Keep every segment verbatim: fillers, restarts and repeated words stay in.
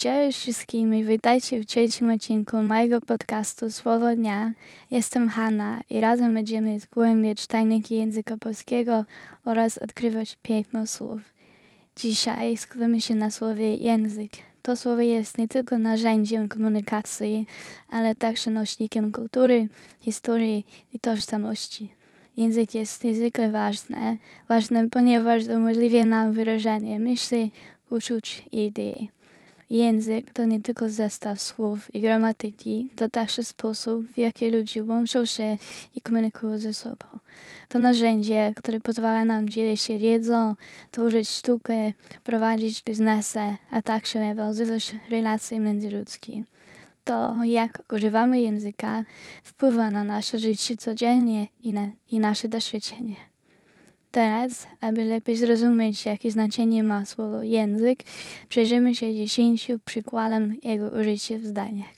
Cześć wszystkim i witajcie w trzecim odcinku mojego podcastu Słowo Dnia. Jestem Hanna i razem będziemy zgłębiać tajniki języka polskiego oraz odkrywać piękno słów. Dzisiaj skupimy się na słowie język. To słowo jest nie tylko narzędziem komunikacji, ale także nośnikiem kultury, historii i tożsamości. Język jest niezwykle ważny, ważny, ponieważ umożliwia nam wyrażanie myśli, uczuć i idei. Język to nie tylko zestaw słów i gramatyki, to także sposób, w jaki ludzie łączą się i komunikują ze sobą. To narzędzie, które pozwala nam dzielić się wiedzą, tworzyć sztukę, prowadzić biznesy, a także nawiązywać relacje międzyludzkie. To, jak używamy języka, wpływa na nasze życie codziennie i, na, i nasze doświadczenie. Teraz, aby lepiej zrozumieć, jakie znaczenie ma słowo język, przyjrzymy się dziesięciu przykładom jego użycia w zdaniach.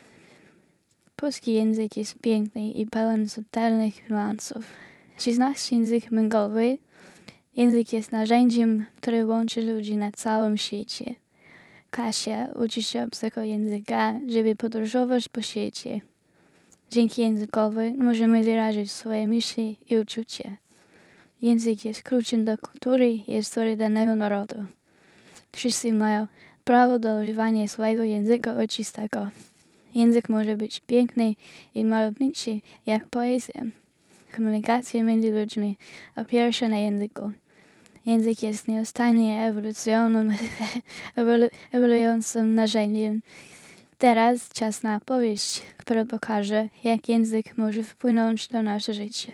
Polski język jest piękny i pełen subtelnych niuansów. Czy znasz język migowy? Język jest narzędziem, które łączy ludzi na całym świecie. Kasia uczy się obcego języka, żeby podróżować po świecie. Dzięki językowi możemy wyrazić swoje myśli i uczucia. Język jest kluczem do kultury i historii danego narodu. Wszyscy mają prawo do używania swojego języka ojczystego. Język może być piękny i malowniczy jak poezja. Komunikacja między ludźmi opiera się na języku. Język jest nieustannie ewolucjoną, ewolu, ewoluującym narzędziem. Teraz czas na opowieść, która pokaże, jak język może wpłynąć na nasze życie.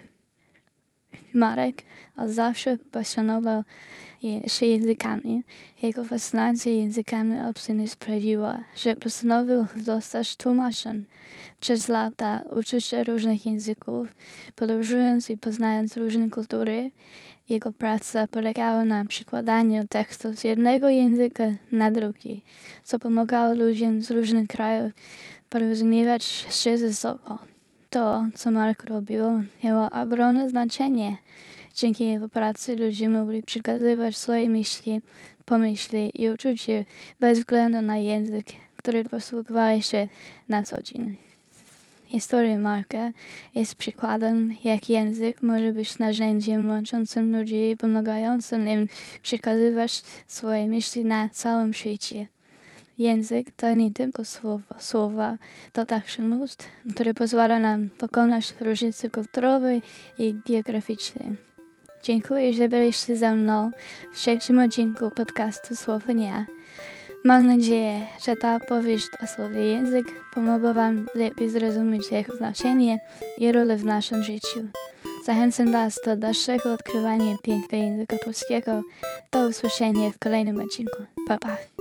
Marek od zawsze pasjonował się językami. Jego fascynacja językami obcymi sprawiła, że postanowił zostać tłumaczem. Przez lata uczył się różnych języków, podróżując i poznając różne kultury. Jego praca polegała na przekładaniu tekstów z jednego języka na drugi, co pomagało ludziom z różnych krajów porozumiewać się ze sobą. To, co Marek robił, miało ogromne znaczenie. Dzięki jego pracy ludzie mogli przekazywać swoje myśli, pomyśli i uczucia bez względu na język, który posługowali się na co dzień. Historia Marka jest przykładem, jak język może być narzędziem łączącym ludzi i pomagającym im przekazywać swoje myśli na całym świecie. Język to nie tylko słowa, słowa, to także most, który pozwala nam pokonać różnice kulturowe i geograficzne. Dziękuję, że byliście ze mną w trzecim odcinku podcastu Słowo Dnia. Mam nadzieję, że ta opowieść o słowie język pomogła Wam lepiej zrozumieć jego znaczenie i rolę w naszym życiu. Zachęcam Was do dalszego odkrywania pięknego języka polskiego. Do usłyszenia w kolejnym odcinku. Pa, pa.